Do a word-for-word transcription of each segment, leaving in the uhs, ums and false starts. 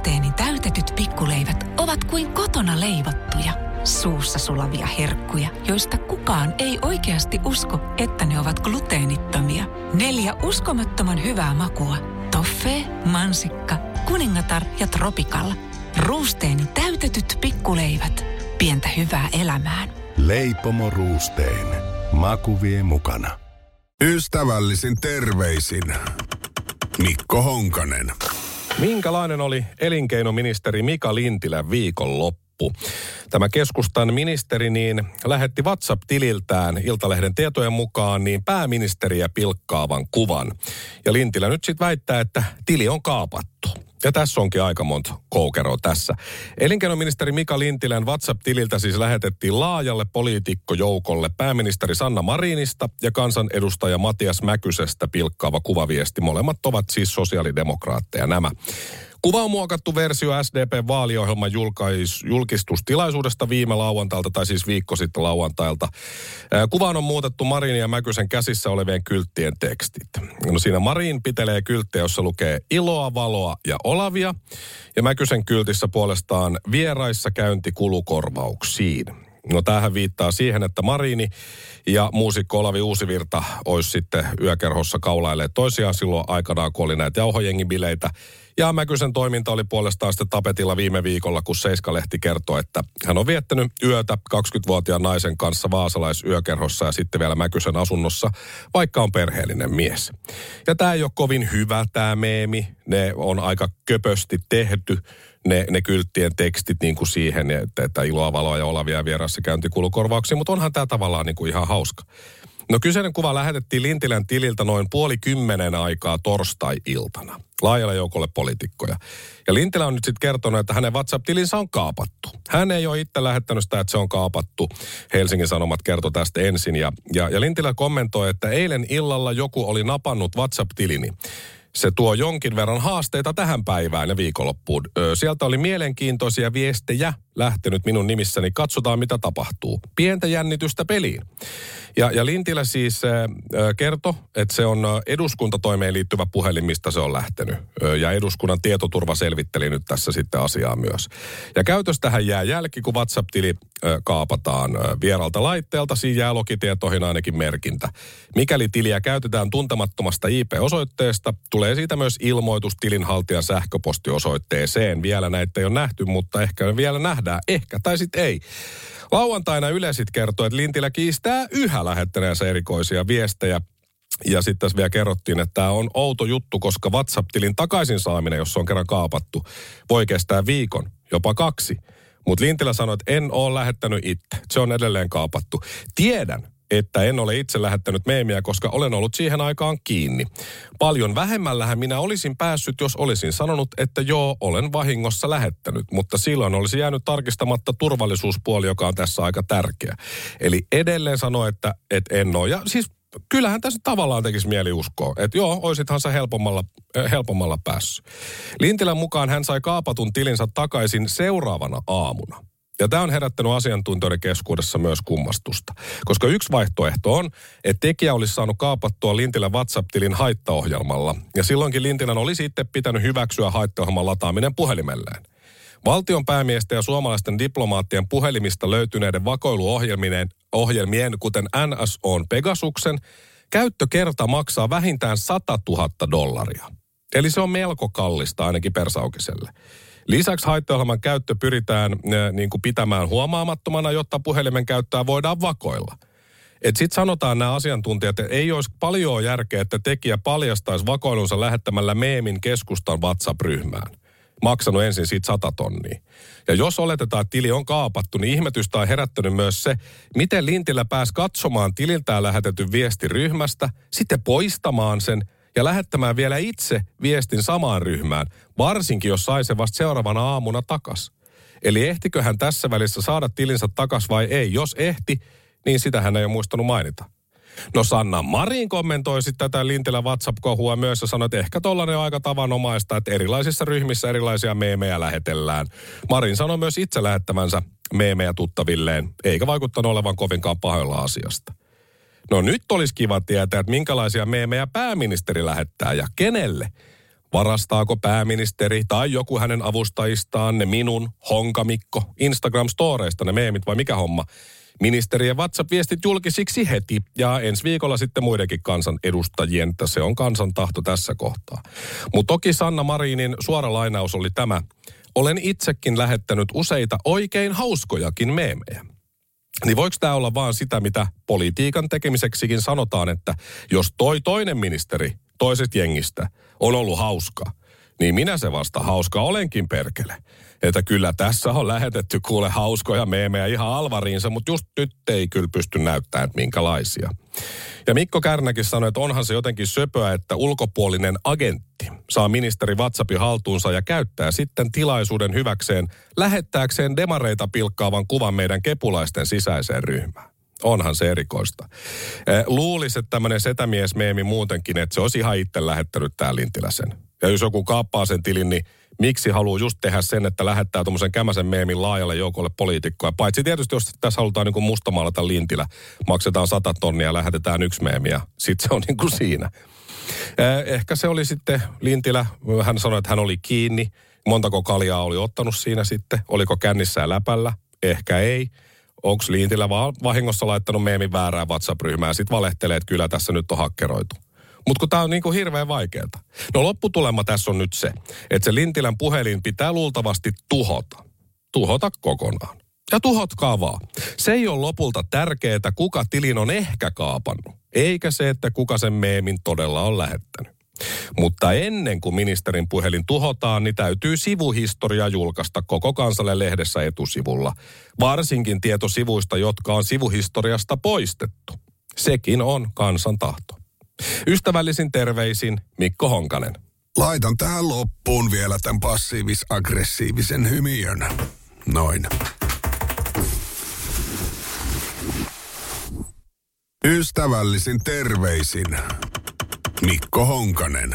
Ruusteeni täytetyt pikkuleivät ovat kuin kotona leivottuja. Suussa sulavia herkkuja, joista kukaan ei oikeasti usko, että ne ovat gluteenittomia. Neljä uskomattoman hyvää makua. Toffee, mansikka, kuningatar ja tropikalla. Ruusteeni täytetyt pikkuleivät. Pientä hyvää elämään. Leipomo Ruusteen. Maku vie mukana. Ystävällisin terveisin Mikko Honkanen. Minkälainen oli elinkeinoministeri Mika Lintilän viikonloppu? Tämä keskustan ministeri niin lähetti WhatsApp-tililtään Iltalehden tietojen mukaan niin pääministeriä pilkkaavan kuvan. Ja Lintilä nyt sitten väittää, että tili on kaapattu. Ja tässä onkin aika monta koukeroa tässä. Elinkeinoministeri Mika Lintilän WhatsApp-tililtä siis lähetettiin laajalle poliitikkojoukolle pääministeri Sanna Marinista ja kansanedustaja Matias Mäkysestä pilkkaava kuvaviesti. Molemmat ovat siis sosiaalidemokraatteja nämä. Kuva on muokattu versio S D P-vaaliohjelman julkais, julkistustilaisuudesta viime lauantailta, tai siis viikko sitten lauantailta. Kuvaan on muutettu Marinin ja Mäkysen käsissä olevien kylttien tekstit. No siinä Marin pitelee kylttejä, jossa lukee iloa, valoa ja olavia. Ja Mäkysen kyltissä puolestaan vieraissa käynti kulukorvauksiin. No tämähän viittaa siihen, että Marini ja muusikko Olavi Uusivirta olisi sitten yökerhossa kaulailleet toisiaan silloin aikanaan, kun oli näitä jauhojengibileitä. Ja Mäkysen toiminta oli puolestaan sitten tapetilla viime viikolla, kun Seiska-lehti kertoi, että hän on viettänyt yötä kaksikymmentävuotiaan naisen kanssa vaasalaisyökerhossa ja sitten vielä Mäkysen asunnossa, vaikka on perheellinen mies. Ja tämä ei ole kovin hyvä tämä meemi, ne on aika köpösti tehty. Ne, ne kylttien tekstit niin kuin siihen, että, että iloa, valoa ja olavia vierassa käyntikulukorvauksia, mutta onhan tämä tavallaan niin kuin ihan hauska. No kyseinen kuva lähetettiin Lintilän tililtä noin puoli kymmenen aikaa torstai-iltana laajalle joukolle poliitikkoja. Ja Lintilä on nyt sitten kertonut, että hänen WhatsApp-tilinsä on kaapattu. Hän ei ole itse lähettänyt sitä, että se on kaapattu. Helsingin Sanomat kertoi tästä ensin. Ja, ja, ja Lintilä kommentoi, että eilen illalla joku oli napannut WhatsApp-tilini. Se tuo jonkin verran haasteita tähän päivään ja viikonloppuun. Sieltä oli mielenkiintoisia viestejä lähtenyt minun nimissäni. Katsotaan, mitä tapahtuu. Pientä jännitystä peliin. Ja, ja Lintilä siis äh, kertoi, että se on eduskuntatoimeen liittyvä puhelin, mistä se on lähtenyt. Ja eduskunnan tietoturva selvitteli nyt tässä sitten asiaa myös. Ja käytöstähän jää jälki, kun WhatsApp-tili äh, kaapataan äh, vieralta laitteelta. Siinä jää logitietoihin ainakin merkintä. Mikäli tiliä käytetään tuntemattomasta I P-osoitteesta, tulee siitä myös ilmoitus tilinhaltijan sähköpostiosoitteeseen. Vielä näitä ei ole nähty, mutta ehkä vielä nähdään. Ehkä tai sitten ei. Lauantaina Yle sitten kertoi, että Lintilä kiistää yhä lähettäneensä erikoisia viestejä. Ja sitten tässä vielä kerrottiin, että tämä on outo juttu, koska WhatsApp-tilin takaisin saaminen, jos se on kerran kaapattu, voi kestää viikon, jopa kaksi. Mutta Lintilä sanoi, että en ole lähettänyt itse. Se on edelleen kaapattu. Tiedän, että en ole itse lähettänyt meemiä, koska olen ollut siihen aikaan kiinni. Paljon vähemmällähän minä olisin päässyt, jos olisin sanonut, että joo, olen vahingossa lähettänyt. Mutta silloin olisi jäänyt tarkistamatta turvallisuuspuoli, joka on tässä aika tärkeä. Eli edelleen sanoi, että, että en ole. Ja siis kyllähän tässä tavallaan tekisi mieli uskoa, että joo, oisithan sä helpommalla, äh, helpommalla päässyt. Lintilän mukaan hän sai kaapatun tilinsä takaisin seuraavana aamuna. Ja tämä on herättänyt asiantuntijoiden keskuudessa myös kummastusta. Koska yksi vaihtoehto on, että tekijä olisi saanut kaapattua Lintilän WhatsApp-tilin haittaohjelmalla. Ja silloinkin Lintilän olisi itse pitänyt hyväksyä haittaohjelman lataaminen puhelimelleen. Valtion päämiesten ja suomalaisten diplomaattien puhelimista löytyneiden vakoiluohjelmien, ohjelmien, kuten N S O:n Pegasuksen, käyttökerta maksaa vähintään sata tuhatta dollaria. Eli se on melko kallista ainakin persaukiselle. Lisäksi haittaohjelman käyttö pyritään äh, niin kuin pitämään huomaamattomana, jotta puhelimen käyttöä voidaan vakoilla. Et sit sanotaan nämä asiantuntijat, että ei olisi paljon järkeä, että tekijä paljastaisi vakoilunsa lähettämällä meemin keskustan WhatsApp-ryhmään. Maksanut ensin siitä sata tonnia. Ja jos oletetaan, että tili on kaapattu, niin ihmetystä on herättänyt myös se, miten Lintilä pääsi katsomaan tililtään lähetetyn viestin ryhmästä, sitten poistamaan sen ja lähettämään vielä itse viestin samaan ryhmään, varsinkin jos sai se vasta seuraavana aamuna takas. Eli ehtikö hän tässä välissä saada tilinsä takas vai ei? Jos ehti, niin sitä hän ei ole muistanut mainita. No Sanna Marin kommentoi sitten tätä Lintilän WhatsApp-kohua myös ja sanoi, että ehkä tollainen on aika tavanomaista, että erilaisissa ryhmissä erilaisia meemejä lähetellään. Marin sanoi myös itse lähettävänsä meemejä tuttavilleen, eikä vaikuttanut olevan kovinkaan pahoilla asiasta. No nyt olisi kiva tietää, että minkälaisia meemejä pääministeri lähettää ja kenelle. Varastaako pääministeri tai joku hänen avustajistaan ne minun, Honkamikko, Instagram-storeista ne meemit vai mikä homma? Ministerien WhatsApp-viestit julkisiksi heti ja ensi viikolla sitten muidenkin kansan edustajien, että se on kansan tahto tässä kohtaa. Mutta toki Sanna Marinin suora lainaus oli tämä. Olen itsekin lähettänyt useita oikein hauskojakin meemejä. Niin voiko tämä olla vaan sitä, mitä politiikan tekemiseksikin sanotaan, että jos toi toinen ministeri toiset jengistä on ollut hauska, niin minä se vasta hauska olenkin perkele. Että kyllä tässä on lähetetty kuule hauskoja meemejä ihan alvariinsa, mutta just nyt ei kyllä pysty näyttämään, että minkälaisia. Ja Mikko Kärnäkin sanoi, että onhan se jotenkin söpöä, että ulkopuolinen agentti saa ministeri WhatsAppin haltuunsa ja käyttää sitten tilaisuuden hyväkseen lähettääkseen demareita pilkkaavan kuvan meidän kepulaisten sisäiseen ryhmään. Onhan se erikoista. Luulisi, että tämmöinen setämiesmeemi muutenkin, että se olisi ihan itse lähettänyt tää Lintiläsen. Ja jos joku kaappaa sen tilin, niin miksi haluaa just tehdä sen, että lähettää tuommoisen kämäsen meemin laajalle joukolle poliitikkoja? Paitsi tietysti, jos tässä halutaan niin kuin mustamaalata Lintilä, maksetaan sata tonnia ja lähetetään yksi meemi ja sitten se on niin kuin siinä. Ehkä se oli sitten Lintilä, hän sanoi, että hän oli kiinni. Montako kaljaa oli ottanut siinä sitten? Oliko kännissä ja läpällä? Ehkä ei. Onko Lintilä vaan vahingossa laittanut meemin väärään WhatsApp-ryhmään ja sitten valehtelee, että kyllä tässä nyt on hakkeroitu. Mutta kun tämä on niin kuin hirveän vaikeaa. No lopputulema tässä on nyt se, että se Lintilän puhelin pitää luultavasti tuhota. Tuhota kokonaan. Ja tuhotkaa vaan. Se ei ole lopulta tärkeää, kuka tilin on ehkä kaapannut. Eikä se, että kuka sen meemin todella on lähettänyt. Mutta ennen kuin ministerin puhelin tuhotaan, niin täytyy sivuhistoria julkaista koko kansalle lehdessä etusivulla. Varsinkin tietosivuista, jotka on sivuhistoriasta poistettu. Sekin on kansan tahto. Ystävällisin terveisin Mikko Honkanen. Laitan tähän loppuun vielä tämän passiivis-aggressiivisen hymiön. Noin. Ystävällisin terveisin Mikko Honkanen.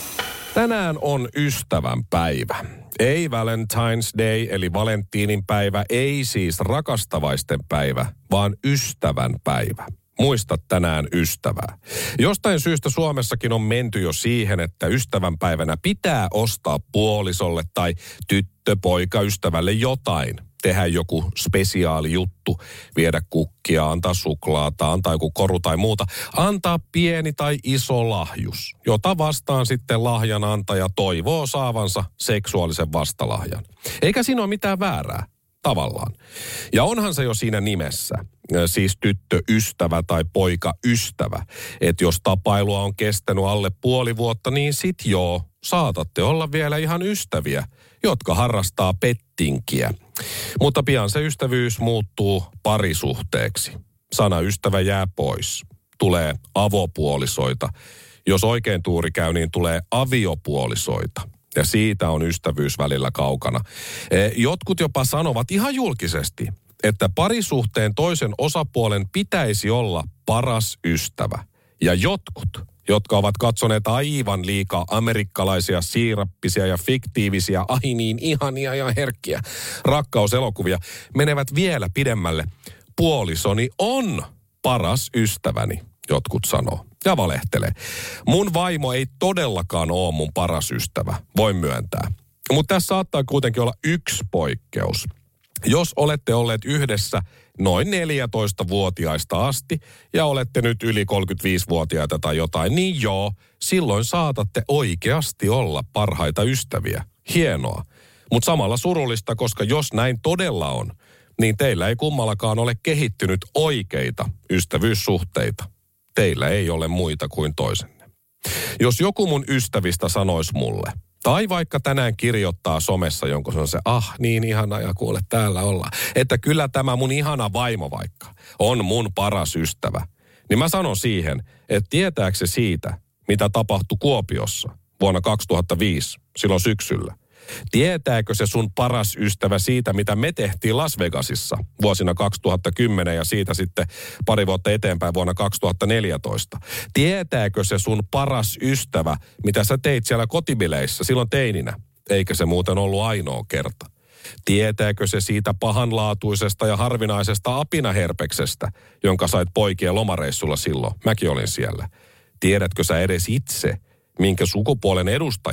Tänään on ystävän päivä. Ei Valentine's Day eli Valenttiinin päivä, ei siis rakastavaisten päivä, vaan ystävän päivä. Muista tänään ystävää. Jostain syystä Suomessakin on menty jo siihen, että ystävänpäivänä pitää ostaa puolisolle tai tyttö-poika-ystävälle jotain. Tehdä joku spesiaali juttu, viedä kukkia, antaa suklaata, antaa joku koru tai muuta. Antaa pieni tai iso lahjus, jota vastaan sitten lahjanantaja toivoo saavansa seksuaalisen vastalahjan. Eikä siinä ole mitään väärää. Tavallaan. Ja onhan se jo siinä nimessä, siis tyttöystävä tai poikaystävä, että jos tapailua on kestänyt alle puoli vuotta, niin sit joo, saatatte olla vielä ihan ystäviä, jotka harrastaa pettinkiä. Mutta pian se ystävyys muuttuu parisuhteeksi. Sana ystävä jää pois. Tulee avopuolisoita. Jos oikein tuuri käy, niin tulee aviopuolisoita. Ja siitä on ystävyys välillä kaukana. Jotkut jopa sanovat ihan julkisesti, että parisuhteen toisen osapuolen pitäisi olla paras ystävä. Ja jotkut, jotka ovat katsoneet aivan liikaa amerikkalaisia, siirappisia ja fiktiivisiä, ai niin ihania ja herkkiä rakkauselokuvia, menevät vielä pidemmälle. Puolisoni on paras ystäväni, jotkut sanoo. Ja valehtelee. Mun vaimo ei todellakaan ole mun paras ystävä, voin myöntää. Mutta tässä saattaa kuitenkin olla yksi poikkeus. Jos olette olleet yhdessä noin neljätoistavuotiaista asti ja olette nyt yli kolmekymmentäviisivuotiaita tai jotain, niin joo, silloin saatatte oikeasti olla parhaita ystäviä. Hienoa. Mutta samalla surullista, koska jos näin todella on, niin teillä ei kummallakaan ole kehittynyt oikeita ystävyyssuhteita. Teillä ei ole muita kuin toisenne. Jos joku mun ystävistä sanoisi mulle, tai vaikka tänään kirjoittaa somessa jonkun se on se, ah niin ihana ja kuule täällä ollaan, että kyllä tämä mun ihana vaimo vaikka on mun paras ystävä, niin mä sanon siihen, että tietääkö se siitä, mitä tapahtui Kuopiossa vuonna kaksituhattaviisi, silloin syksyllä. Tietääkö se sun paras ystävä siitä, mitä me tehtiin Las Vegasissa vuosina kaksituhattakymmenen ja siitä sitten pari vuotta eteenpäin vuonna kaksituhattaneljätoista? Tietääkö se sun paras ystävä, mitä sä teit siellä kotibileissä silloin teininä? Eikä se muuten ollut ainoa kerta. Tietääkö se siitä pahanlaatuisesta ja harvinaisesta apinaherpeksestä, jonka sait poikien lomareissulla silloin? Mäkin olin siellä. Tiedätkö sä edes itse, minkä sukupuolen edustaja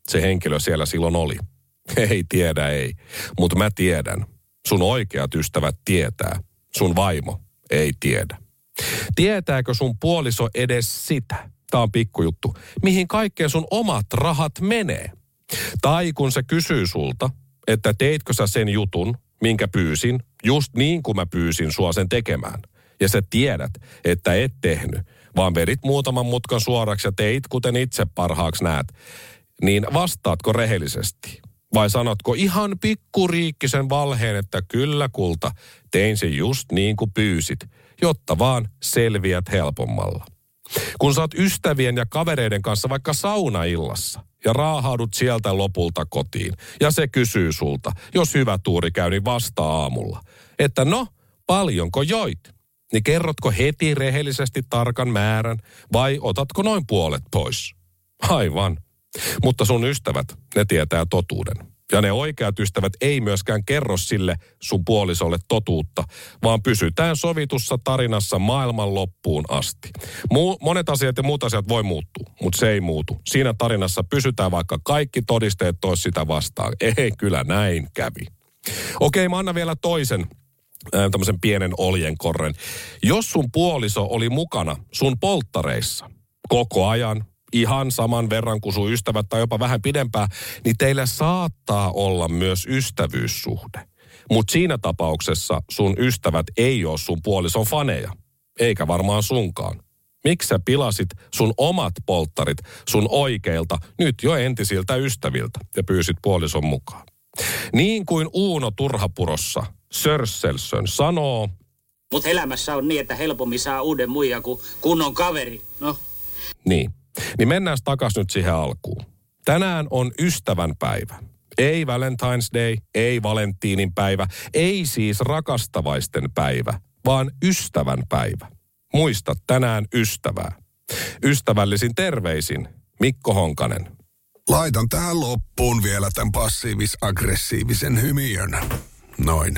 se henkilö siellä silloin oli? Ei tiedä, ei. Mutta mä tiedän. Sun oikeat ystävät tietää. Sun vaimo ei tiedä. Tietääkö sun puoliso edes sitä? Tää on pikkujuttu. Mihin kaikkeen sun omat rahat menee? Tai kun se kysyy sulta, että teitkö sä sen jutun, minkä pyysin, just niin kuin mä pyysin sua sen tekemään. Ja sä tiedät, että et tehnyt, vaan vedit muutaman mutkan suoraksi ja teit, kuten itse parhaaksi näet. Niin vastaatko rehellisesti? Vai sanotko ihan pikkuriikkisen valheen, että kyllä kulta, tein sen just niin kuin pyysit, jotta vaan selviät helpommalla. Kun sä oot ystävien ja kavereiden kanssa vaikka saunaillassa ja raahaudut sieltä lopulta kotiin ja se kysyy sulta, jos hyvä tuuri käy, niin vasta aamulla, että no, paljonko joit? Niin kerrotko heti rehellisesti tarkan määrän vai otatko noin puolet pois? Aivan. Mutta sun ystävät, ne tietää totuuden. Ja ne oikeat ystävät ei myöskään kerro sille sun puolisolle totuutta, vaan pysytään sovitussa tarinassa maailman loppuun asti. Mu- monet asiat ja muut asiat voi muuttua, mutta se ei muutu. Siinä tarinassa pysytään, vaikka kaikki todisteet tois sitä vastaan. Ei, kyllä näin kävi. Okei, mä annan vielä toisen äh, tämmöisen pienen oljenkorren. Jos sun puoliso oli mukana sun polttareissa koko ajan, ihan saman verran kuin sun ystävät tai jopa vähän pidempään, niin teillä saattaa olla myös ystävyyssuhde. Mutta siinä tapauksessa sun ystävät ei ole sun puolison faneja, eikä varmaan sunkaan. Miksi sä pilasit sun omat polttarit sun oikeilta, nyt jo entisiltä ystäviltä ja pyysit puolison mukaan? Niin kuin Uuno Turhapurossa Sörsselsön sanoo, mut elämässä on niin, että helpommin saa uuden muija kuin kunnon kaveri, no. Niin. Niin mennään takaisin nyt siihen alkuun. Tänään on ystävän päivä. Ei Valentine's Day, ei Valentiinin päivä, ei siis rakastavaisten päivä, vaan ystävän päivä. Muista tänään ystävää. Ystävällisin terveisin, Mikko Honkanen. Laitan tähän loppuun vielä tämän passiivis-aggressiivisen hymiön. Noin.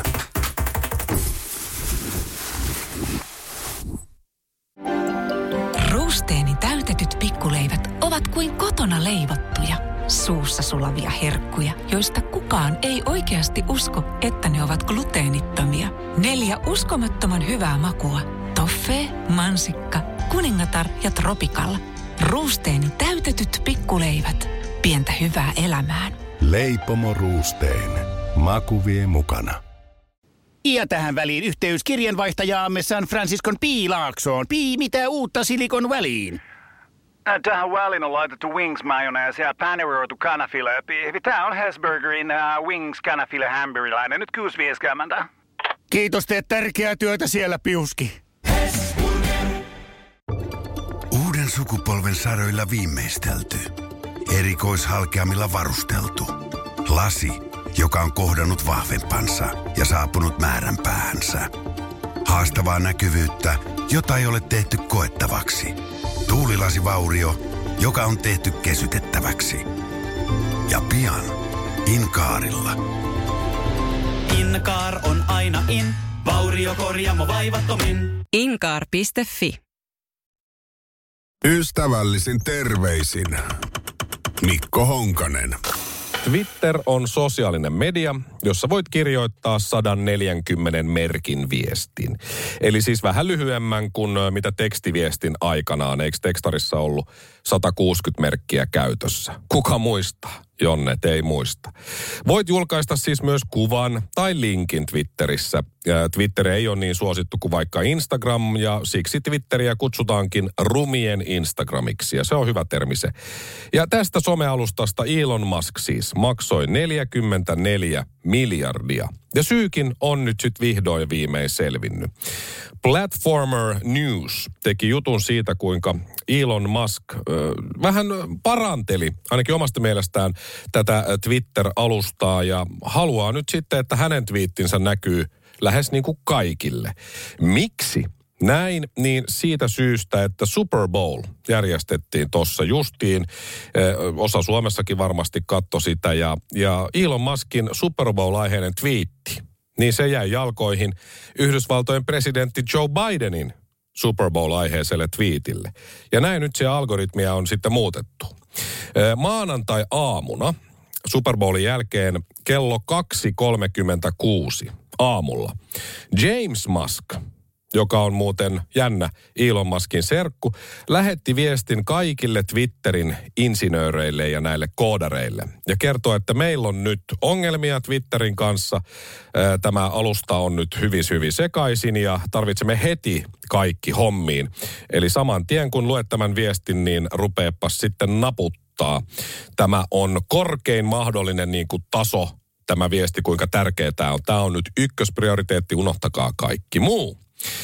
Ruusteeni täytetyt pikkuleivät ovat kuin kotona leivottuja, suussa sulavia herkkuja, joista kukaan ei oikeasti usko, että ne ovat gluteenittomia. Neljä uskomattoman hyvää makua. Toffee, mansikka, kuningatar ja tropikalla. Ruusteeni täytetyt pikkuleivät. Pientä hyvää elämään. Leipomo Ruusteen. Maku vie mukana. Ja tähän väliin yhteys kirjanvaihtajaamme San Franciscon Piilaaksoon. Pii, mitä uutta Silikon väliin? Tähän väliin on laitettu wings mayonnaise ja paneroitu kanafila. Tämä on Hesburgerin uh, wings kanafila hamburilainen. Nyt kuusi vieskäämäntä. Kiitos, teet tärkeää työtä siellä, Piuski. Uuden sukupolven saroilla viimeistelty. Erikoishalkeamilla varusteltu. Lasi, joka on kohdannut vahvempansa ja saapunut määränpäähänsä. Haastavaa näkyvyyttä, jota ei ole tehty koettavaksi. Tuulilasivaurio, joka on tehty kesytettäväksi. Ja pian Inkaarilla. Inkaar on aina in, vauriokorjaamo vaivattomin. Inkaar piste fi. Ystävällisin terveisin Mikko Honkanen. Twitter on sosiaalinen media, jossa voit kirjoittaa sata neljäkymmentä merkin viestin. Eli siis vähän lyhyemmän kuin mitä tekstiviestin aikanaan. Eikö tekstarissa ollut sata kuusikymmentä merkkiä käytössä? Kuka muistaa? Jonnet ei muista. Voit julkaista siis myös kuvan tai linkin Twitterissä. Ja Twitter ei ole niin suosittu kuin vaikka Instagram, ja siksi Twitteriä kutsutaankin rumien Instagramiksi, ja se on hyvä termi se. Ja tästä somealustasta Elon Musk siis maksoi neljäkymmentäneljä miljardia. Ja syykin on nyt sitten vihdoin viimein selvinnyt. Platformer News teki jutun siitä, kuinka Elon Musk äh, vähän paranteli, ainakin omasta mielestään, tätä Twitter-alustaa ja haluaa nyt sitten, että hänen twiittinsä näkyy lähes niin kuin kaikille. Miksi? Näin, niin siitä syystä, että Super Bowl järjestettiin tuossa justiin. Osa Suomessakin varmasti katsoi sitä ja, ja Elon Muskin Super Bowl-aiheinen twiitti, niin se jäi jalkoihin Yhdysvaltojen presidentti Joe Bidenin Super Bowl-aiheiselle twiitille. Ja näin nyt se algoritmia on sitten muutettu. Maanantai-aamuna Super Bowlin jälkeen kello kaksi kolmekymmentäkuusi aamulla James Musk, joka on muuten jännä Elon Muskin serkku, lähetti viestin kaikille Twitterin insinööreille ja näille koodareille. Ja kertoo, että meillä on nyt ongelmia Twitterin kanssa. Tämä alusta on nyt hyvin hyvin sekaisin ja tarvitsemme heti kaikki hommiin. Eli saman tien kun luet tämän viestin, niin rupeepas sitten naputtaa. Tämä on korkein mahdollinen niin kuin taso, tämä viesti, kuinka tärkeää tämä on. Tämä on nyt ykkösprioriteetti, unohtakaa kaikki muu.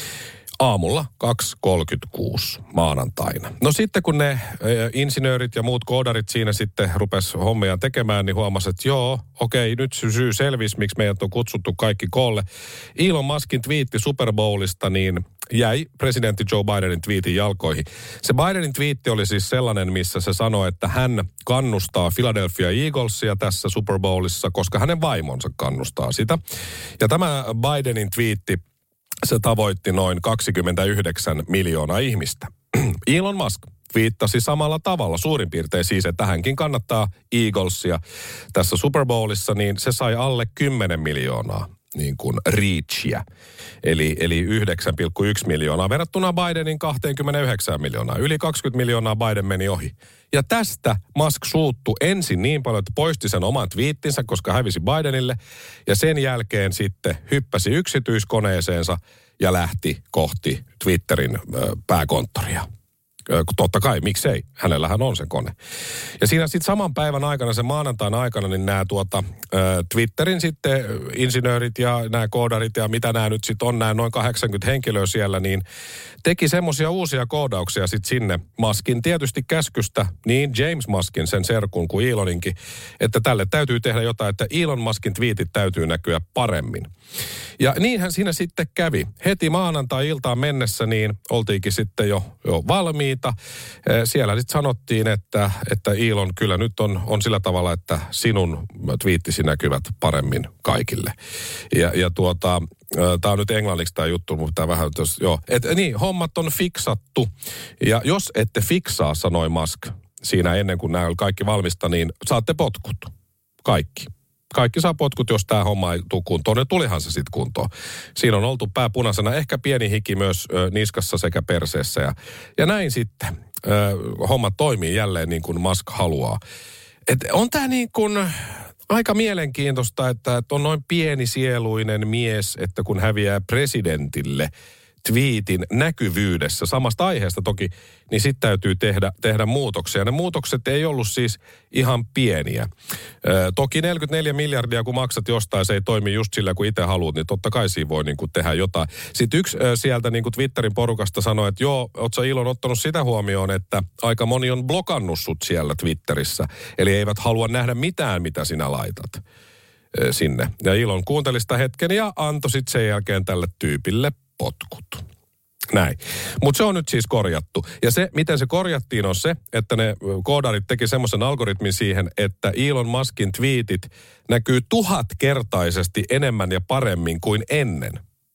Aamulla kaksi kolmekymmentäkuusi maanantaina. No sitten kun ne insinöörit ja muut koodarit siinä sitten rupes hommia tekemään, niin huomasi, että joo, okei, nyt syy selvisi, miksi meidät on kutsuttu kaikki koolle. Elon Muskin twiitti Super Bowlista, niin jäi presidentti Joe Bidenin twiitin jalkoihin. Se Bidenin twiitti oli siis sellainen, missä se sanoi, että hän kannustaa Philadelphia Eaglesia tässä Super Bowlissa, koska hänen vaimonsa kannustaa sitä. Ja tämä Bidenin twiitti, se tavoitti noin kaksikymmentäyhdeksän miljoonaa ihmistä. Elon Musk viittasi samalla tavalla suurin piirtein siis, että hänkin kannattaa Eaglesia tässä Super Bowlissa, niin se sai alle kymmenen miljoonaa niin kuin reachia. Eli, eli yhdeksän pilkku yksi miljoonaa verrattuna Bidenin kaksikymmentäyhdeksän miljoonaa. Yli kaksikymmentä miljoonaa Biden meni ohi. Ja tästä Musk suuttui ensin niin paljon, että poisti sen oman twiittinsä, koska hävisi Bidenille. Ja sen jälkeen sitten hyppäsi yksityiskoneeseensa ja lähti kohti Twitterin ö, pääkonttoria. Totta kai, miksei? Hänellähän on se kone. Ja siinä sitten saman päivän aikana, sen maanantain aikana, niin nämä tuota, Twitterin sitten insinöörit ja nämä koodarit ja mitä nämä nyt sitten on, nämä noin kahdeksankymmentä henkilöä siellä, niin teki semmoisia uusia koodauksia sitten sinne Muskin tietysti käskystä, niin James Muskin, sen serkun kuin Eloninkin, että tälle täytyy tehdä jotain, että Elon Muskin twiitit täytyy näkyä paremmin. Ja niinhän siinä sitten kävi. Heti maanantai-iltaan mennessä niin oltiinkin sitten jo, jo valmiita. Siellä sitten sanottiin, että, että Elon kyllä nyt on, on sillä tavalla, että sinun twiittisi näkyvät paremmin kaikille. Ja, ja tuota, tämä on nyt englanniksi tämä juttu, mutta vähän, jos, joo. Et, niin, hommat on fiksattu. Ja jos ette fiksaa, sanoi Musk siinä ennen kuin nämä oli kaikki valmista, niin saatte potkut. Kaikki. Kaikki saa potkut, jos tämä homma ei tule kuntoon. Ja tulihan se sitten kuntoon. Siinä on oltu pääpunaisena, ehkä pieni hiki myös ö, niskassa sekä perseessä. Ja, ja näin sitten ö, homma toimii jälleen niin kuin Musk haluaa. Et on tämä niin kuin aika mielenkiintoista, että, että on noin pienisieluinen mies, että kun häviää presidentille twiitin näkyvyydessä, samasta aiheesta toki, niin sitten täytyy tehdä, tehdä muutoksia. Ne muutokset ei ollut siis ihan pieniä. Ö, toki neljäkymmentäneljä miljardia, kun maksat jostain, se ei toimi just sillä, kun itse haluat, niin totta kai siinä voi niin kuin tehdä jotain. Sitten yksi ö, sieltä niin kuin Twitterin porukasta sanoi, että joo, oot sä Elon ottanut sitä huomioon, että aika moni on blokannut sut siellä Twitterissä. Eli eivät halua nähdä mitään, mitä sinä laitat ö, sinne. Ja Elon kuunteli sitä hetken ja antoi sitten sen jälkeen tälle tyypille potkut. Näin. Mutta se on nyt siis korjattu. Ja se, miten se korjattiin, on se, että ne koodarit teki semmoisen algoritmin siihen, että Elon Muskin twiitit näkyy tuhatkertaisesti enemmän ja paremmin kuin ennen.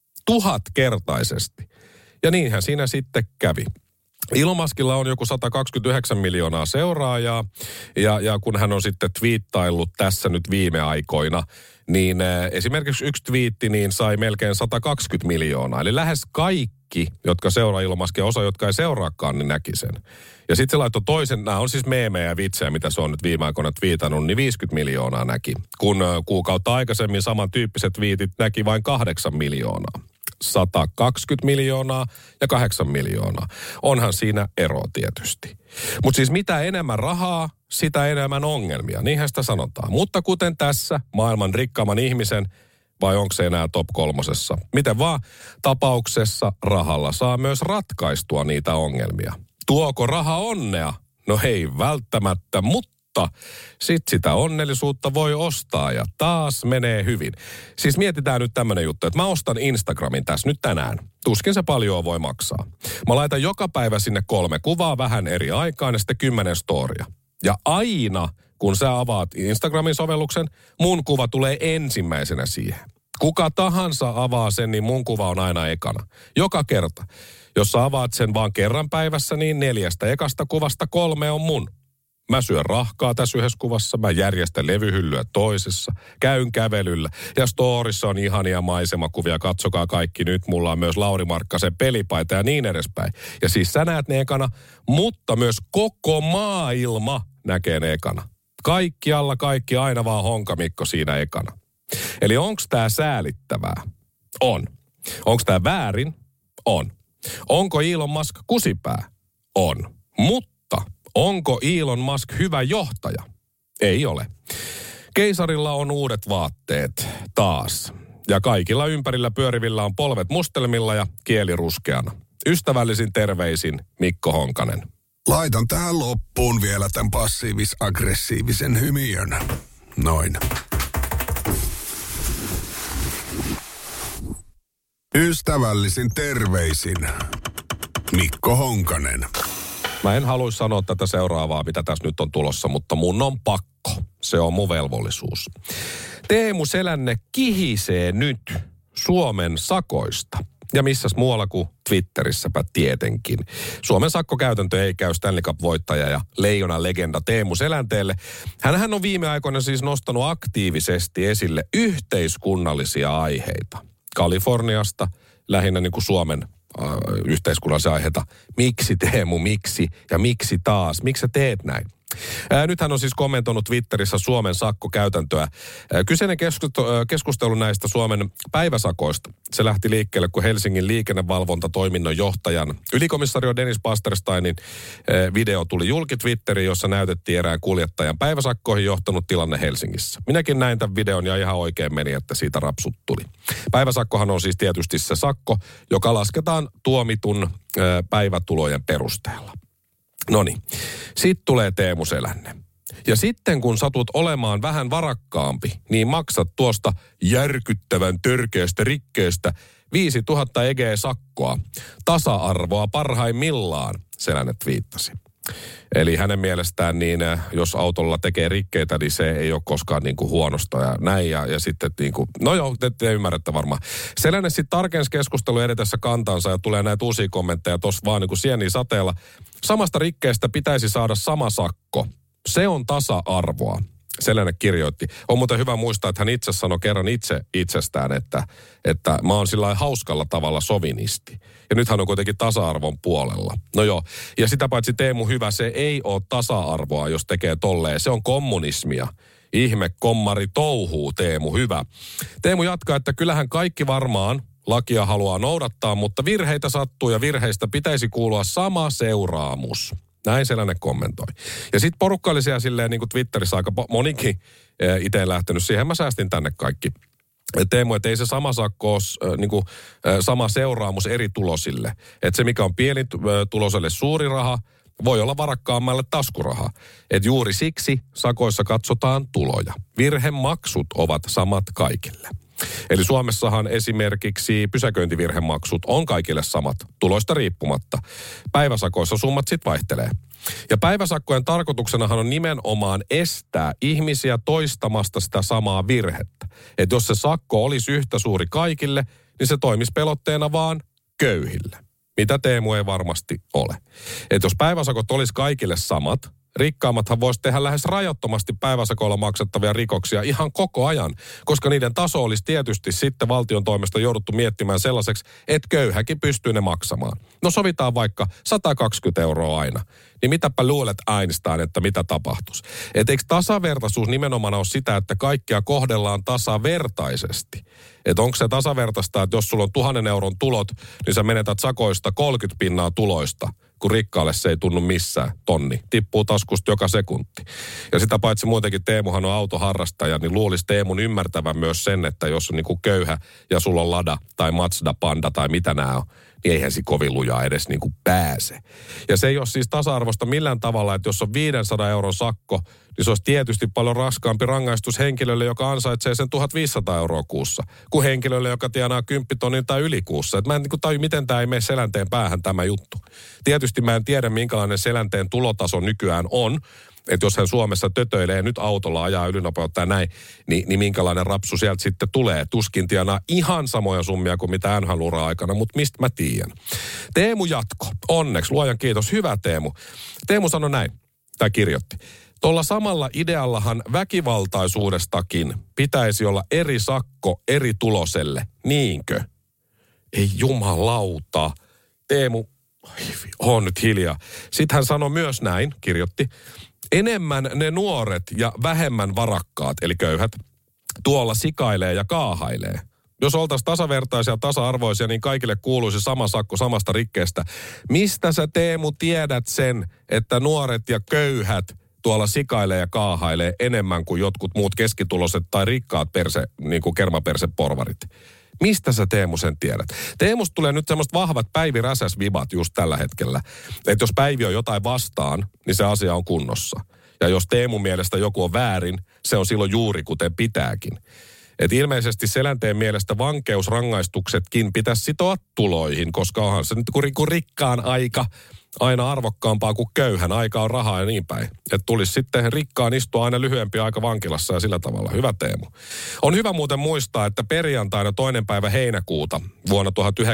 Tuhatkertaisesti. Ja niinhän siinä sitten kävi. Elon Muskilla on joku sata kaksikymmentäyhdeksän miljoonaa seuraajaa, ja, ja kun hän on sitten twiittaillut tässä nyt viime aikoina, niin äh, esimerkiksi yksi twiitti niin sai melkein sata kaksikymmentä miljoonaa. Eli lähes kaikki, jotka seuraa Elon Muskia, osa, jotka ei seuraakaan, niin näki sen. Ja sitten se laittoi toisen, nämä on siis meemejä ja vitsejä, mitä se on nyt viime aikoina twiitannut, niin viisikymmentä miljoonaa näki. Kun äh, kuukautta aikaisemmin samantyyppiset twiitit näki vain kahdeksan miljoonaa. sata kaksikymmentä miljoonaa ja kahdeksan miljoonaa. Onhan siinä ero tietysti. Mutta siis mitä enemmän rahaa, sitä enemmän ongelmia. Niinhän sitä sanotaan. Mutta kuten tässä maailman rikkaamman ihmisen, vai onko se enää top kolmosessa? Miten vaan tapauksessa rahalla saa myös ratkaistua niitä ongelmia. Tuoko raha onnea? No ei välttämättä, mutta Mutta sit sitä onnellisuutta voi ostaa ja taas menee hyvin. Siis mietitään nyt tämmönen juttu, että mä ostan Instagramin tässä nyt tänään. Tuskin se paljon voi maksaa. Mä laitan joka päivä sinne kolme kuvaa vähän eri aikaan ja sitten kymmenen storia. Ja aina kun sä avaat Instagramin sovelluksen, mun kuva tulee ensimmäisenä siihen. Kuka tahansa avaa sen, niin mun kuva on aina ekana. Joka kerta. Jos sä avaat sen vaan kerran päivässä, niin neljästä ekasta kuvasta kolme on mun. Mä syön rahkaa tässä yhdessä kuvassa, mä järjestän levyhyllyä toisessa, käyn kävelyllä ja storissa on ihania maisemakuvia, katsokaa kaikki nyt, mulla on myös Lauri Markkasen pelipaita ja niin edespäin. Ja siis sä näet ne ekana, mutta myös koko maailma näkee ne ekana. Kaikkialla kaikki, aina vaan Honkamikko siinä ekana. Eli onks tää säälittävää? On. Onks tää väärin? On. Onko Elon Musk kusipää? On. Mutta onko Elon Musk hyvä johtaja? Ei ole. Keisarilla on uudet vaatteet taas. Ja kaikilla ympärillä pyörivillä on polvet mustelmilla ja kieli ruskeana. Ystävällisin terveisin Mikko Honkanen. Laitan tähän loppuun vielä tämän passiivis-aggressiivisen hymiön. Noin. Ystävällisin terveisin Mikko Honkanen. Mä en haluaisi sanoa tätä seuraavaa, mitä tässä nyt on tulossa, mutta mun on pakko. Se on mun velvollisuus. Teemu Selänne kihisee nyt Suomen sakoista. Ja missäs muualla kuin Twitterissäpä tietenkin. Suomen sakkokäytäntö ei käy Stanley Cup-voittaja ja leijonan legenda Teemu Selänteelle. Hänhän on viime aikoina siis nostanut aktiivisesti esille yhteiskunnallisia aiheita. Kaliforniasta, lähinnä niin kuin Suomen äh, yhteiskunnallisia aiheita. Miksi Teemu, miksi ja miksi taas? Miksi sä teet näin? Ää, nyt hän on siis kommentoinut Twitterissä Suomen sakkokäytäntöä. Ää, kyseinen keskustelu näistä Suomen päiväsakoista. Se lähti liikkeelle, kun Helsingin liikennevalvontatoiminnon johtajan ylikomissario Dennis Pastersteinin ää, video tuli julki Twitteriin, jossa näytettiin erään kuljettajan päiväsakkoihin johtanut tilanne Helsingissä. Minäkin näin tämän videon ja ihan oikein meni, että siitä rapsut tuli. Päiväsakkohan on siis tietysti se sakko, joka lasketaan tuomitun ää, päivätulojen perusteella. Noniin, sitten tulee Teemu Selänne. Ja sitten kun satut olemaan vähän varakkaampi, niin maksat tuosta järkyttävän törkeästä rikkeestä viisituhatta egeä-sakkoa. Tasa-arvoa parhaimmillaan, Selänne twiittasi. Eli hänen mielestään niin, jos autolla tekee rikkeitä, niin se ei ole koskaan niin kuin huonosta ja näin. Ja, ja sitten niin kuin, no joo, te, te ymmärrätte varmaan. Selänne sitten tarkensi keskustelu edetessä kantansa ja tulee näitä uusia kommentteja tuossa vaan niin kuin sieniä sateella. Samasta rikkeestä pitäisi saada sama sakko. Se on tasa-arvoa. Selänne kirjoitti. On muuten hyvä muistaa, että hän itse sanoi kerran itse itsestään, että, että mä oon sillä hauskalla tavalla sovinisti. Ja nyt hän on kuitenkin tasa-arvon puolella. No joo, ja sitä paitsi Teemu hyvä, se ei ole tasa-arvoa, jos tekee tolleen. Se on kommunismia. Ihme kommari touhuu, Teemu hyvä. Teemu jatkaa, että kyllähän kaikki varmaan lakia haluaa noudattaa, mutta virheitä sattuu ja virheistä pitäisi kuulua sama seuraamus. Näin Selänne kommentoi. Ja sitten porukka oli siellä silleen niin kuin Twitterissä aika monikin itse lähtenyt siihen. Mä säästin tänne kaikki. Teemu, että ei se sama sakko ole niin kuin, sama seuraamus eri tulosille. Että se, mikä on pieni tuloselle suuri raha, voi olla varakkaammalle taskuraha. Että juuri siksi sakoissa katsotaan tuloja. Virhemaksut ovat samat kaikille. Eli Suomessahan esimerkiksi pysäköintivirhemaksut on kaikille samat, tuloista riippumatta. Päiväsakoissa summat sitten vaihtelee. Ja päiväsakkojen tarkoituksenahan on nimenomaan estää ihmisiä toistamasta sitä samaa virhettä. Että jos se sakko olisi yhtä suuri kaikille, niin se toimisi pelotteena vaan köyhille. Mitä Teemu ei varmasti ole. Että jos päiväsakot olisi kaikille samat, rikkaammathan voisi tehdä lähes rajattomasti päiväsakoilla maksettavia rikoksia ihan koko ajan, koska niiden taso olisi tietysti sitten valtion toimesta jouduttu miettimään sellaiseksi, että köyhäkin pystyy ne maksamaan. No sovitaan vaikka sata kaksikymmentä euroa aina. Niin mitäpä luulet Einstein, että mitä tapahtuisi? Et eikö tasavertaisuus nimenomaan ole sitä, että kaikkia kohdellaan tasavertaisesti? Että onko se tasavertaista, että jos sulla on tuhannen euron tulot, niin sä menetät sakoista kolmekymmentä pinnaa tuloista, kun rikkaalle se ei tunnu missään. Tonni tippuu taskusta joka sekunti. Ja sitä paitsi muutenkin Teemuhan on autoharrastaja, niin luulisi Teemun ymmärtävän myös sen, että jos on niinku köyhä ja sulla on Lada tai Mazda Panda tai mitä nämä on, niin eihän se kovin lujaa edes niinku pääse. Ja se ei ole siis tasa-arvosta millään tavalla, että jos on viisisataa euron sakko, niin se olisi tietysti paljon raskaampi rangaistus henkilölle, joka ansaitsee sen tuhatviisisataa euroa kuussa, kuin henkilölle, joka tienaa kymppitonnin tai yli kuussa. Et mä en niin kuin taju, miten tämä ei mene Selänteen päähän tämä juttu. Tietysti mä en tiedä, minkälainen Selänteen tulotaso nykyään on, että jos hän Suomessa tötöilee nyt autolla, ajaa ylinopeutta ja näin, niin, niin minkälainen rapsu sieltä sitten tulee. Tuskin tienaa ihan samoja summia kuin mitä N H L-uraa aikana, mutta mistä mä tiedän. Teemu jatko. Onneksi, luojan kiitos. Hyvä Teemu. Teemu sanoi näin. tai kirjoitti. Tuolla samalla ideallahan väkivaltaisuudestakin pitäisi olla eri sakko eri tuloselle, niinkö? Ei jumalauta. Teemu, on nyt hiljaa. Sitten hän sanoi myös näin, kirjoitti. Enemmän ne nuoret ja vähemmän varakkaat, eli köyhät, tuolla sikailee ja kaahailee. Jos oltaisiin tasavertaisia ja tasa-arvoisia, niin kaikille kuuluisi sama sakko samasta rikkeestä. Mistä sä, Teemu, tiedät sen, että nuoret ja köyhät tuolla sikailee ja kaahailee enemmän kuin jotkut muut keskituloiset tai rikkaat perse, niin kuin kermaperseporvarit? Mistä sä, Teemu, sen tiedät? Teemusta tulee nyt semmoista vahvat Päivi Räsäs-vibat just tällä hetkellä. Että jos Päivi on jotain vastaan, niin se asia on kunnossa. Ja jos Teemun mielestä joku on väärin, se on silloin juuri kuten pitääkin. Et ilmeisesti Selänteen mielestä vankeusrangaistuksetkin pitäisi sitoa tuloihin, koska onhan se nyt kun rikkaan aika aina arvokkaampaa kuin köyhän. Aika on rahaa ja niin päin. Että tulisi sitten rikkaan istua aina lyhyempi aika vankilassa ja sillä tavalla. Hyvä, Teemu. On hyvä muuten muistaa, että perjantaina toinen päivä heinäkuuta vuonna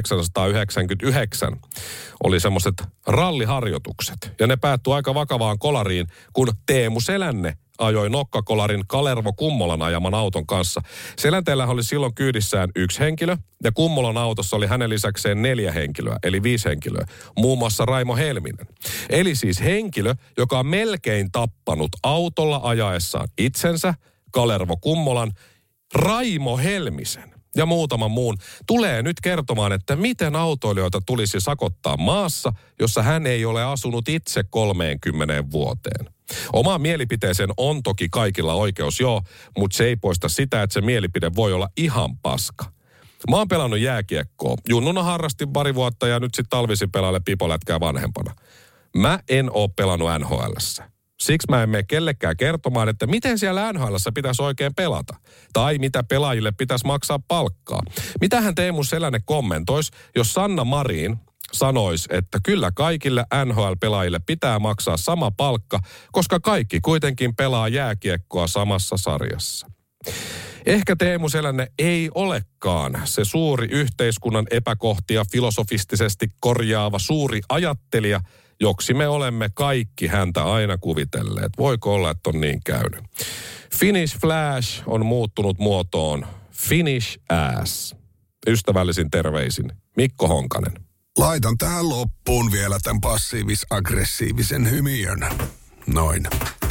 tuhatyhdeksänsataayhdeksänkymmentäyhdeksän oli semmoiset ralliharjoitukset. Ja ne päättyi aika vakavaan kolariin, kun Teemu Selänne ajoi nokkakolarin Kalervo Kummolan ajaman auton kanssa. Selänteellä oli silloin kyydissään yksi henkilö, ja Kummolan autossa oli hänen lisäkseen neljä henkilöä, eli viisi henkilöä. Muun muassa Raimo Helminen. Eli siis henkilö, joka on melkein tappanut autolla ajaessaan itsensä, Kalervo Kummolan, Raimo Helmisen ja muutaman muun, tulee nyt kertomaan, että miten autoilijoita tulisi sakottaa maassa, jossa hän ei ole asunut itse kolmeenkymmeneen vuoteen. Omaan mielipiteeseen on toki kaikilla oikeus, joo, mutta se ei poista sitä, että se mielipide voi olla ihan paska. Mä oon pelannut jääkiekkoa. Junnuna harrastin pari vuotta ja nyt sit talvisin pelaalle pipolätkää vanhempana. Mä en oo pelannut N H L:ssä. Siksi mä en mene kellekään kertomaan, että miten siellä N H L:ssä pitäisi oikein pelata. Tai mitä pelaajille pitäisi maksaa palkkaa. Mitähän Teemu Selänne kommentoisi, jos Sanna Marin sanoisi, että kyllä kaikille N H L-pelaajille pitää maksaa sama palkka, koska kaikki kuitenkin pelaa jääkiekkoa samassa sarjassa. Ehkä Teemu Selänne ei olekaan se suuri yhteiskunnan epäkohtia filosofistisesti korjaava suuri ajattelija, joksi me olemme kaikki häntä aina kuvitelleet. Voiko olla, että on niin käynyt? Finnish Flash on muuttunut muotoon Finnish Ass. Ystävällisin terveisin Mikko Honkanen. Laitan tähän loppuun vielä tämän passiivis-aggressiivisen hymiön. Noin.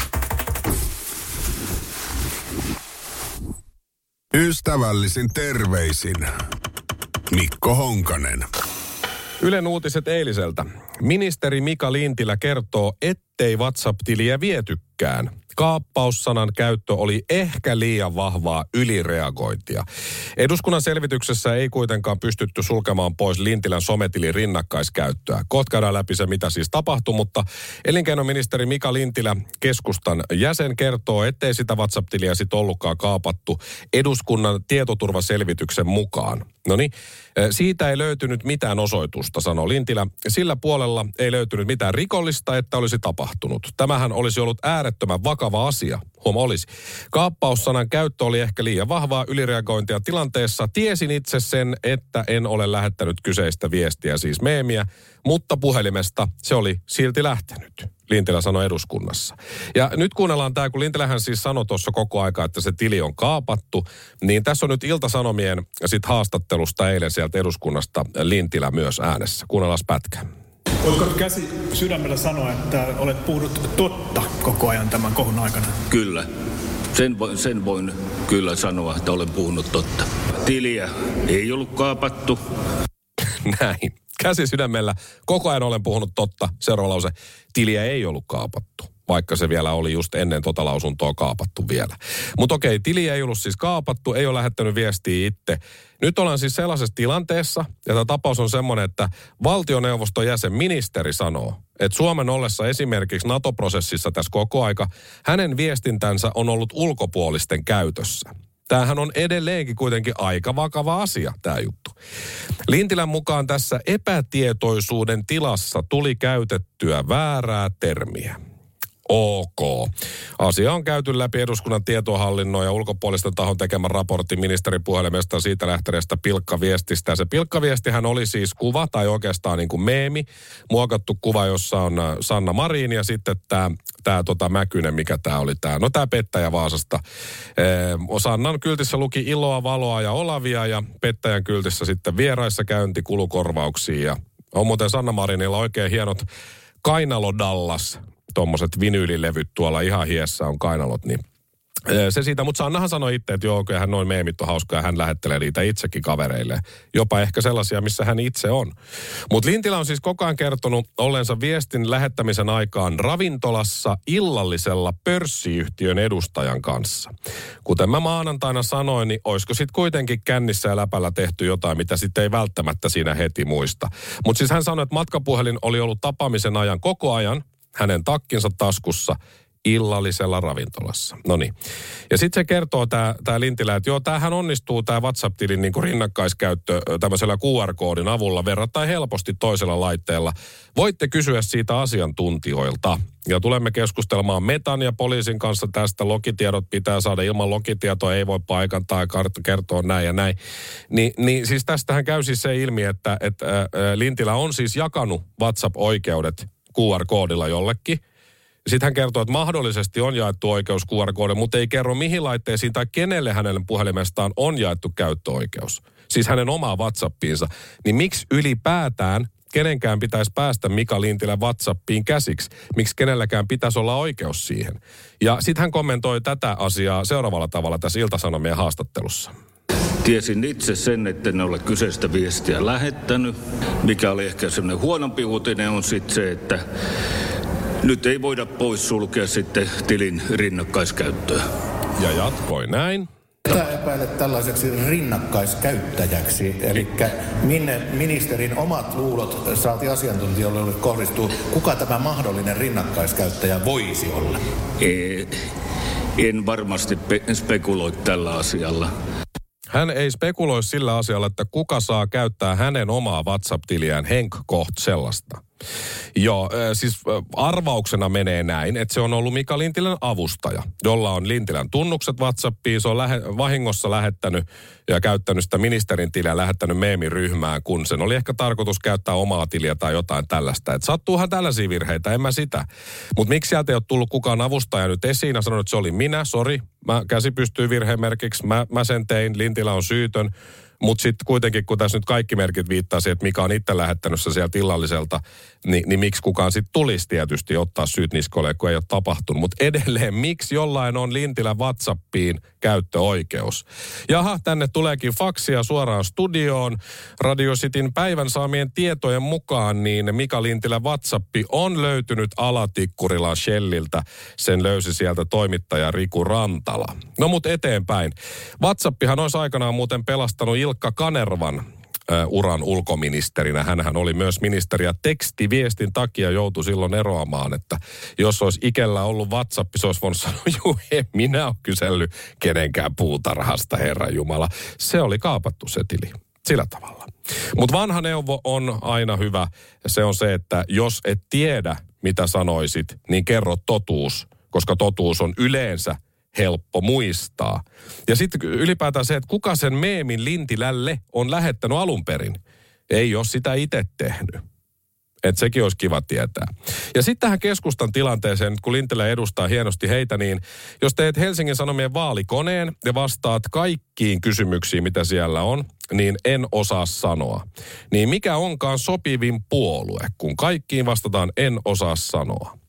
Ystävällisin terveisin Mikko Honkanen. Ylen uutiset eiliseltä. Ministeri Mika Lintilä kertoo, ettei WhatsApp-tiliä vietykään. Kaappaussanan käyttö oli ehkä liian vahvaa ylireagointia. Eduskunnan selvityksessä ei kuitenkaan pystytty sulkemaan pois Lintilän sometilin rinnakkaiskäyttöä. Kohta käydään läpi se, mitä siis tapahtui, mutta elinkeinoministeri Mika Lintilä, keskustan jäsen, kertoo, ettei sitä WhatsApp-tiliä sit ollutkaan kaapattu eduskunnan tietoturvaselvityksen mukaan. No niin, siitä ei löytynyt mitään osoitusta, sanoi Lintilä. Sillä puolella ei löytynyt mitään rikollista, että olisi tapahtunut. Tämähän olisi ollut äärettömän vakava asia. Huoma olisi. Kaappaussanan käyttö oli ehkä liian vahvaa ylireagointia tilanteessa. Tiesin itse sen, että en ole lähettänyt kyseistä viestiä, siis meemiä, mutta puhelimesta se oli silti lähtenyt. Lintilä sanoi eduskunnassa. Ja nyt kuunnellaan tämä, kun Lintilähän siis sanoi tuossa koko aika, että se tili on kaapattu, niin tässä on nyt Ilta-Sanomien sit haastattelusta eilen sieltä eduskunnasta Lintilä myös äänessä. Kuunnellaan pätkä. Voitko käsi sydämellä sanoa, että olet puhunut totta koko ajan tämän kohun aikana? Kyllä. Sen, voin, sen voin kyllä sanoa, että olen puhunut totta. Tiliä ei ollut kaapattu. Näin. Käsi sydämellä. Koko ajan olen puhunut totta. Seuraava lause. Tiliä ei ollut kaapattu, vaikka se vielä oli just ennen tota lausuntoa kaapattu vielä. Mutta okei, tiliä ei ollut siis kaapattu, ei ole lähettänyt viestiä itse. Nyt ollaan siis sellaisessa tilanteessa, ja tämä tapaus on semmoinen, että valtioneuvoston jäsen ministeri sanoo, että Suomen ollessa esimerkiksi NATO-prosessissa tässä koko aika, hänen viestintänsä on ollut ulkopuolisten käytössä. Tämähän on edelleenkin kuitenkin aika vakava asia, tämä juttu. Lintilän mukaan tässä epätietoisuuden tilassa tuli käytettyä väärää termiä. ok. Asia on käyty läpi eduskunnan tietohallinnon ja ulkopuolisten tahon tekemän raportti ministerin puhelimesta siitä lähteneestä pilkkaviestistä. Ja se pilkkaviestihän oli siis kuva, tai oikeastaan niin kuin meemi, muokattu kuva, jossa on Sanna Marin ja sitten tämä tää tota Mäkynen, mikä tämä oli tämä. No tämä pettäjä Vaasasta. Ee, Sannan kyltissä luki iloa, valoa ja olavia ja pettäjän kyltissä sitten vieraissa käynti kulukorvauksia. Ja on muuten Sanna Marinilla oikein hienot Kainalo Dallas, tommoset vinyylilevyt tuolla ihan hiessä on kainalot, niin se siitä, mutta Sannahan sanoi itse, että joo, kyllä hän noin meemit on hauskaa ja hän lähettelee niitä itsekin kavereille. Jopa ehkä sellaisia, missä hän itse on. Mutta Lintilä on siis koko ajan kertonut ollensa viestin lähettämisen aikaan ravintolassa illallisella pörssiyhtiön edustajan kanssa. Kuten mä maanantaina sanoin, niin olisiko sitten kuitenkin kännissä ja läpällä tehty jotain, mitä sitten ei välttämättä siinä heti muista. Mutta siis hän sanoi, että matkapuhelin oli ollut tapaamisen ajan koko ajan hänen takkinsa taskussa illallisella ravintolassa. No niin. Ja sitten se kertoo tämä tää Lintilä, että joo, tämähän onnistuu tämä WhatsApp-tilin niinku rinnakkaiskäyttö tämmöisellä Q R-koodin avulla verrattain helposti toisella laitteella. Voitte kysyä siitä asiantuntijoilta. Ja tulemme keskustelemaan Metan ja poliisin kanssa tästä. Logitiedot pitää saada. Ilman logitietoa ei voi paikantaa ja kertoa näin ja näin. Ni, niin siis tästähän käy siis se ilmi, että, että ää, Lintilä on siis jakanut WhatsApp-oikeudet Q R-koodilla jollekin. Sitten hän kertoo, että mahdollisesti on jaettu oikeus Q R-koodi, mutta ei kerro mihin laitteisiin tai kenelle hänelle puhelimestaan on jaettu käyttöoikeus. Siis hänen omaa WhatsAppiinsa. Niin miksi ylipäätään kenenkään pitäisi päästä Mika Lintilän WhatsAppiin käsiksi? Miksi kenelläkään pitäisi olla oikeus siihen? Ja sitten hän kommentoi tätä asiaa seuraavalla tavalla tässä Ilta-Sanomien haastattelussa. Tiesin itse sen, että en ole kyseistä viestiä lähettänyt. Mikä oli ehkä semmoinen huonompi uutinen on sitten se, että nyt ei voida poissulkea sitten tilin rinnakkaiskäyttöä. Ja jatkoi näin. Mitä epäilet tällaiseksi rinnakkaiskäyttäjäksi? Eli minne ministerin omat luulot saati asiantuntijoille kohdistuu? Kuka tämä mahdollinen rinnakkaiskäyttäjä voisi olla? Ei, en varmasti pe- spekuloi tällä asialla. Hän ei spekuloi sillä asialla, että kuka saa käyttää hänen omaa WhatsApp-tiliään Henk Koht sellaista. Joo, siis arvauksena menee näin, että se on ollut Mika Lintilän avustaja, jolla on Lintilän tunnukset WhatsAppiin. Se on lähe, vahingossa lähettänyt ja käyttänyt sitä ministerin tiliä, lähettänyt meemiryhmään, kun sen oli ehkä tarkoitus käyttää omaa tiliä tai jotain tällaista. Että sattuuhan tällaisia virheitä, en mä sitä. Mutta miksi sieltä ei ole tullut kukaan avustaja nyt esiin ja sanonut, että se oli minä, sori, mä käsi pystyy virhemerkiksi, mä, mä sen tein, Lintilä on syytön. Mutta sitten kuitenkin, kun tässä nyt kaikki merkit viittaa siihen, että Mika on itse lähettänyt se sieltä illalliselta, niin, niin miksi kukaan sitten tulisi tietysti ottaa syyt niskoille, kun ei ole tapahtunut. Mutta edelleen, miksi jollain on Lintilän WhatsAppiin käyttöoikeus? Jaha, tänne tuleekin faksia suoraan studioon. Radio Cityn päivän saamien tietojen mukaan, niin Mika Lintilän WhatsAppi on löytynyt Alatikkurilan Shelliltä. Sen löysi sieltä toimittaja Riku Rantala. No mut eteenpäin. WhatsAppihan olisi aikanaan muuten pelastanut Ilkka Kanervan uran ulkoministerinä. Hänhän oli myös ministeri ja tekstiviestin takia joutui silloin eroamaan, että jos olisi Ikellä ollut WhatsApp, se olisi voinut sanoa, juu, en minä ole kysellyt kenenkään puutarhasta, Herran Jumala. Se oli kaapattu se tili. Sillä tavalla. Mutta vanha neuvo on aina hyvä. Se on se, että jos et tiedä, mitä sanoisit, niin kerro totuus, koska totuus on yleensä helppo muistaa. Ja sitten ylipäätään se, että kuka sen meemin Lintilälle on lähettänyt alun perin. Ei ole sitä itse tehnyt. Että sekin olisi kiva tietää. Ja sitten tähän keskustan tilanteeseen, kun Lintilä edustaa hienosti heitä, niin jos teet Helsingin Sanomien vaalikoneen ja vastaat kaikkiin kysymyksiin, mitä siellä on, niin en osaa sanoa. Niin mikä onkaan sopivin puolue, kun kaikkiin vastataan en osaa sanoa?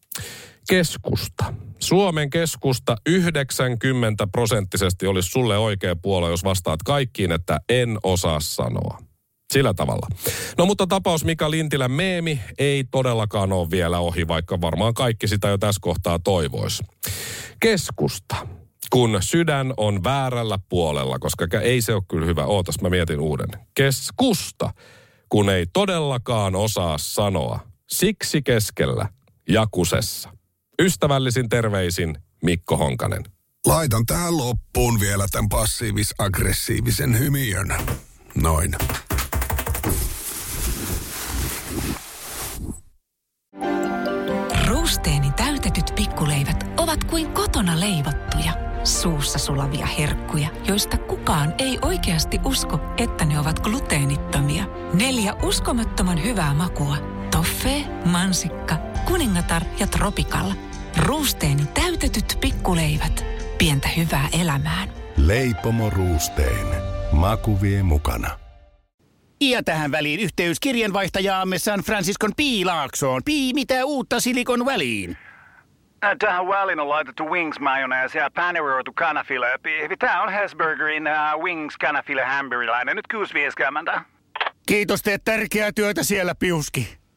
Keskusta. Suomen keskusta yhdeksänkymmentä prosenttisesti olisi sulle oikea puolue, jos vastaat kaikkiin, että en osaa sanoa. Sillä tavalla. No mutta tapaus Mika Lintilän meemi ei todellakaan ole vielä ohi, vaikka varmaan kaikki sitä jo tässä kohtaa toivoisi. Keskusta. Kun sydän on väärällä puolella, koska ei se ole kyllä hyvä. Ootas, mä mietin uuden. Keskusta. Kun ei todellakaan osaa sanoa. Siksi keskellä ja kusessa. Ystävällisin terveisin Mikko Honkanen. Laitan tähän loppuun vielä tämän passiivis-aggressiivisen hymiön. Noin. Ruusteeni täytetyt pikkuleivät suossa sulavia herkkuja, joista kukaan ei oikeasti usko, että ne ovat gluteenittomia. Neljä uskomattoman hyvää makua. Toffee, mansikka, kuningatar ja tropical. Ruusteeni täytetyt pikkuleivät. Pientä hyvää elämään. Leipomo Ruusteen. Maku vie mukana. Ja tähän väliin yhteys kirjanvaihtajaamme San Franciscon Piilaaksoon. Pii, mitä uutta Silikon väliin? Tähän väliin on laitettu wings mayonnaise ja paneroitu kanafila. Tämä on Hesburgerin uh, wings kanafila hamburilainen. Nyt kuusi vieskäämäntä. Kiitos, teet tärkeää työtä siellä, Piuski.